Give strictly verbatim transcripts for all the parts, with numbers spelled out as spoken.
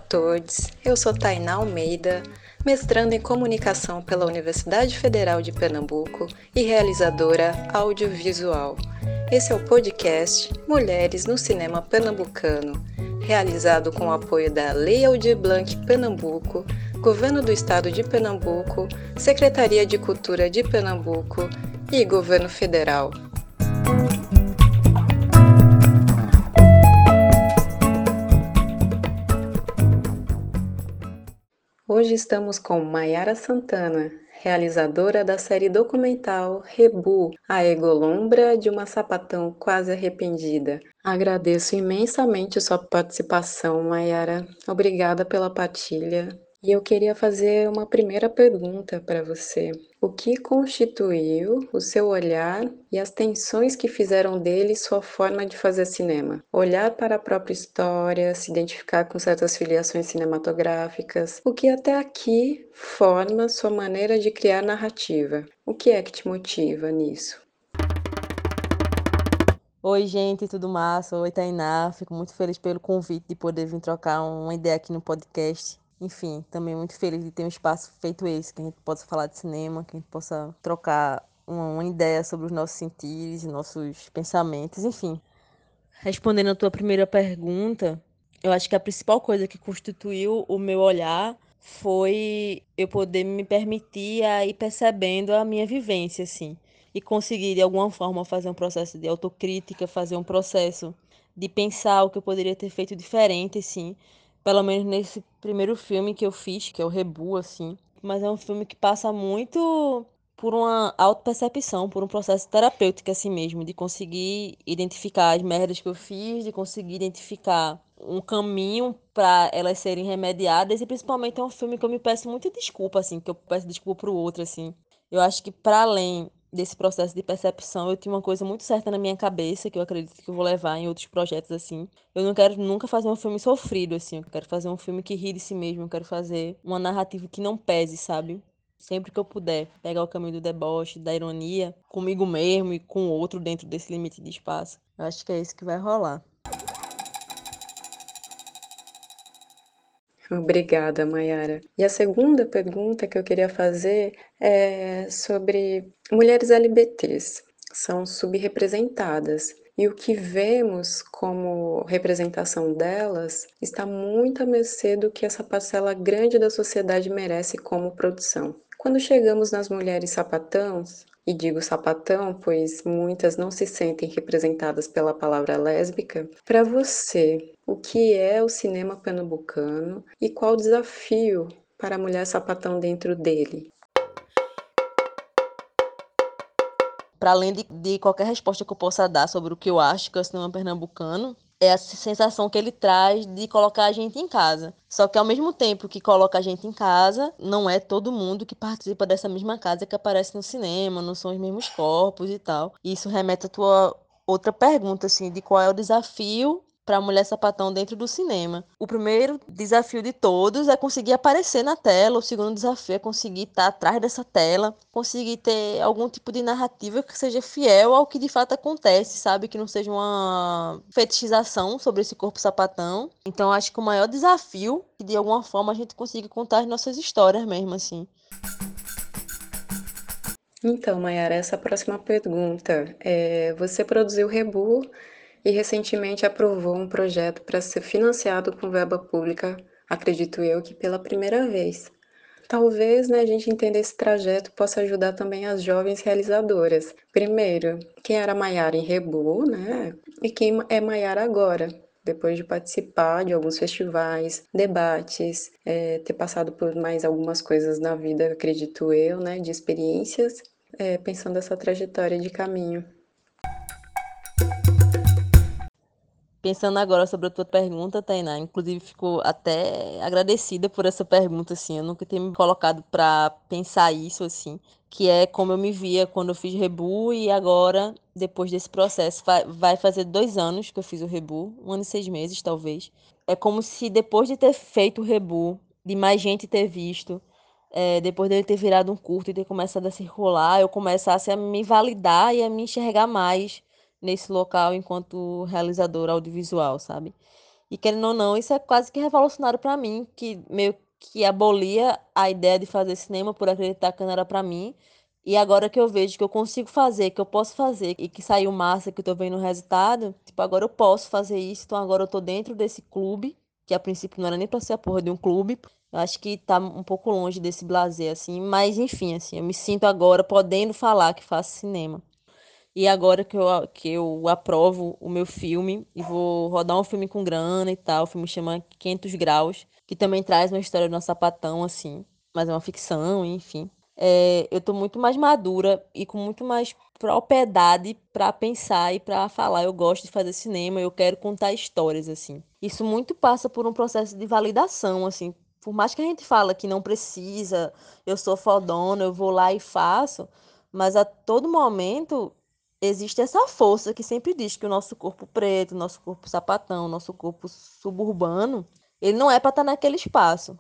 todos, eu sou Tainá Almeida, mestranda em Comunicação pela Universidade Federal de Pernambuco e realizadora audiovisual. Esse é o podcast Mulheres no Cinema Pernambucano, realizado com o apoio da Lei Aldir Blanc Pernambuco, Governo do Estado de Pernambuco, Secretaria de Cultura de Pernambuco e Governo Federal. Hoje estamos com Maiara Santana, realizadora da série documental Rebu, a egolombra de uma sapatão quase arrependida. Agradeço imensamente sua participação, Maiara. Obrigada pela partilha. E eu queria fazer uma primeira pergunta para você. O que constituiu o seu olhar e as tensões que fizeram dele sua forma de fazer cinema? Olhar para a própria história, se identificar com certas filiações cinematográficas, o que até aqui forma sua maneira de criar narrativa? O que é que te motiva nisso? Oi, gente, tudo massa? Oi, Tainá. Fico muito feliz pelo convite de poder vir trocar uma ideia aqui no podcast. Enfim, também muito feliz de ter um espaço feito esse, que a gente possa falar de cinema, que a gente possa trocar uma, uma ideia sobre os nossos sentidos, nossos pensamentos, enfim. Respondendo a tua primeira pergunta, eu acho que a principal coisa que constituiu o meu olhar foi eu poder me permitir a ir percebendo a minha vivência, assim, e conseguir, de alguma forma, fazer um processo de autocrítica, fazer um processo de pensar o que eu poderia ter feito diferente, assim, pelo menos nesse primeiro filme que eu fiz, que é o Rebu, assim. Mas é um filme que passa muito por uma autopercepção, por um processo terapêutico assim mesmo, de conseguir identificar as merdas que eu fiz, de conseguir identificar um caminho para elas serem remediadas, e principalmente é um filme que eu me peço muita desculpa, assim, que eu peço desculpa pro outro, assim. Eu acho que para além desse processo de percepção, eu tinha uma coisa muito certa na minha cabeça, que eu acredito que eu vou levar em outros projetos, assim. Eu não quero nunca fazer um filme sofrido, assim, eu quero fazer um filme que ri de si mesmo, eu quero fazer uma narrativa que não pese, sabe? Sempre que eu puder pegar o caminho do deboche, da ironia, comigo mesmo e com o outro dentro desse limite de espaço, eu acho que é isso que vai rolar. Obrigada, Maiara. E a segunda pergunta que eu queria fazer é sobre mulheres L G B Ts. São subrepresentadas. E o que vemos como representação delas está muito à mercê do que essa parcela grande da sociedade merece como produção. Quando chegamos nas mulheres sapatãos, e digo sapatão, pois muitas não se sentem representadas pela palavra lésbica, para você, o que é o cinema pernambucano e qual o desafio para a mulher sapatão dentro dele? Para além de, de qualquer resposta que eu possa dar sobre o que eu acho que é o cinema pernambucano, é a sensação que ele traz de colocar a gente em casa. Só que ao mesmo tempo que coloca a gente em casa, não é todo mundo que participa dessa mesma casa que aparece no cinema, não são os mesmos corpos e tal. E isso remete à tua outra pergunta, assim, de qual é o desafio para a mulher sapatão dentro do cinema. O primeiro desafio de todos é conseguir aparecer na tela, o segundo desafio é conseguir estar atrás dessa tela, conseguir ter algum tipo de narrativa que seja fiel ao que de fato acontece, sabe? Que não seja uma fetichização sobre esse corpo sapatão. Então, acho que o maior desafio é que, de alguma forma, a gente consiga contar as nossas histórias mesmo, assim. Então, Mayara, essa próxima pergunta. É, você produziu Rebu e recentemente aprovou um projeto para ser financiado com verba pública, acredito eu que pela primeira vez. Talvez, né, a gente entender esse trajeto possa ajudar também as jovens realizadoras. Primeiro, quem era Maiara em Rebu, né? E quem é Maiara agora, depois de participar de alguns festivais, debates, é, ter passado por mais algumas coisas na vida, acredito eu, né, de experiências, é, pensando essa trajetória de caminho. Pensando agora sobre a tua pergunta, Tainá, inclusive fico até agradecida por essa pergunta, assim, eu nunca tinha me colocado para pensar isso, assim, que é como eu me via quando eu fiz Rebu e agora, depois desse processo, vai, vai fazer dois anos que eu fiz o Rebu, um ano e seis meses, talvez. É como se depois de ter feito o Rebu, de mais gente ter visto, é, depois dele ter virado um curto e ter começado a circular, eu começasse a me validar e a me enxergar mais nesse local enquanto realizadora audiovisual, sabe? E querendo ou não, isso é quase que revolucionário pra mim, que meio que abolia a ideia de fazer cinema por acreditar que não era pra mim. E agora que eu vejo que eu consigo fazer, que eu posso fazer e que saiu massa, que eu tô vendo o resultado, tipo, agora eu posso fazer isso, então agora eu tô dentro desse clube, que a princípio não era nem pra ser a porra de um clube. Eu acho que tá um pouco longe desse blazer, assim, mas enfim, assim, eu me sinto agora podendo falar que faço cinema. E agora que eu, que eu aprovo o meu filme e vou rodar um filme com grana e tal, o filme chama quinhentos Graus, que também traz uma história de um sapatão, assim, mas é uma ficção, enfim. É, eu tô muito mais madura e com muito mais propriedade para pensar e para falar. Eu gosto de fazer cinema, eu quero contar histórias, assim. Isso muito passa por um processo de validação, assim. Por mais que a gente fala que não precisa, eu sou fodona, eu vou lá e faço, mas a todo momento existe essa força que sempre diz que o nosso corpo preto, nosso corpo sapatão, nosso corpo suburbano, ele não é para estar naquele espaço.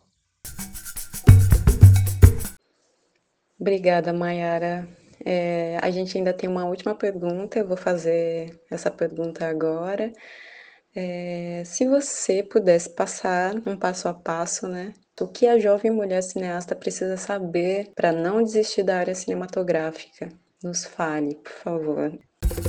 Obrigada, Mayara. É, a gente ainda tem uma última pergunta, eu vou fazer essa pergunta agora. É, se você pudesse passar um passo a passo, né, do que a jovem mulher cineasta precisa saber para não desistir da área cinematográfica, nos fale, por favor.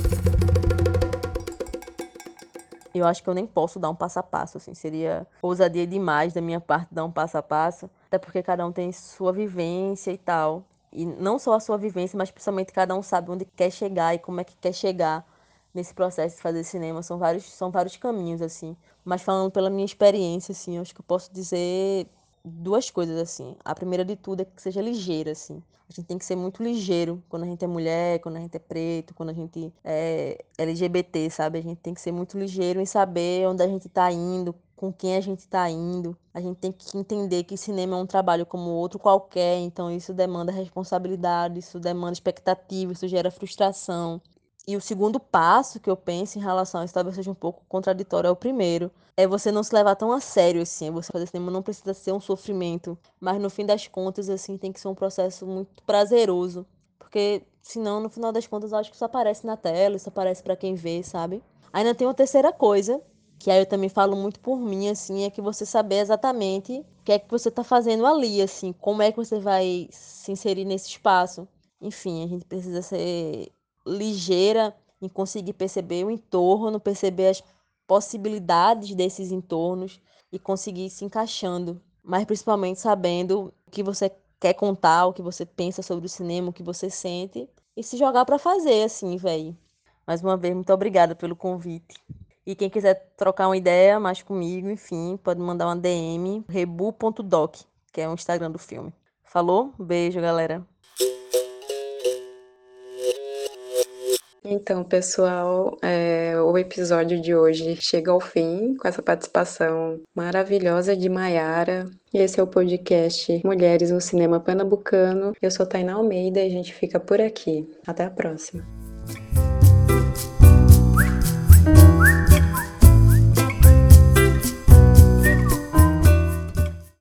Eu acho que eu nem posso dar um passo a passo, assim, seria ousadia demais da minha parte dar um passo a passo, até porque cada um tem sua vivência e tal. E não só a sua vivência, mas principalmente cada um sabe onde quer chegar e como é que quer chegar nesse processo de fazer cinema. São vários, são vários caminhos, assim. Mas falando pela minha experiência, assim, eu acho que eu posso dizer duas coisas, assim. A primeira de tudo é que seja ligeira, assim. A gente tem que ser muito ligeiro quando a gente é mulher, quando a gente é preto, quando a gente é L G B T, sabe? A gente tem que ser muito ligeiro em saber onde a gente tá indo, com quem a gente tá indo. A gente tem que entender que cinema é um trabalho como outro qualquer, então isso demanda responsabilidade, isso demanda expectativa, isso gera frustração. E o segundo passo que eu penso em relação a isso, talvez seja um pouco contraditório ao primeiro, é você não se levar tão a sério assim. Você fazer cinema não precisa ser um sofrimento, mas no fim das contas, assim, tem que ser um processo muito prazeroso. Porque senão, no final das contas, eu acho que isso aparece na tela, isso aparece pra quem vê, sabe? Ainda tem uma terceira coisa, que aí eu também falo muito por mim, assim, é que você saber exatamente o que é que você tá fazendo ali, assim, como é que você vai se inserir nesse espaço. Enfim, a gente precisa ser ligeira em conseguir perceber o entorno, perceber as possibilidades desses entornos e conseguir se encaixando, mas principalmente sabendo o que você quer contar, o que você pensa sobre o cinema, o que você sente e se jogar pra fazer assim, velho. Mais uma vez, muito obrigada pelo convite. E quem quiser trocar uma ideia mais comigo, enfim, pode mandar uma D M, rebu ponto doc, que é o Instagram do filme. Falou? Beijo, galera. Então, pessoal, é, o episódio de hoje chega ao fim com essa participação maravilhosa de Maiara. E esse é o podcast Mulheres no Cinema Pernambucano. Eu sou Tainá Almeida e a gente fica por aqui. Até a próxima.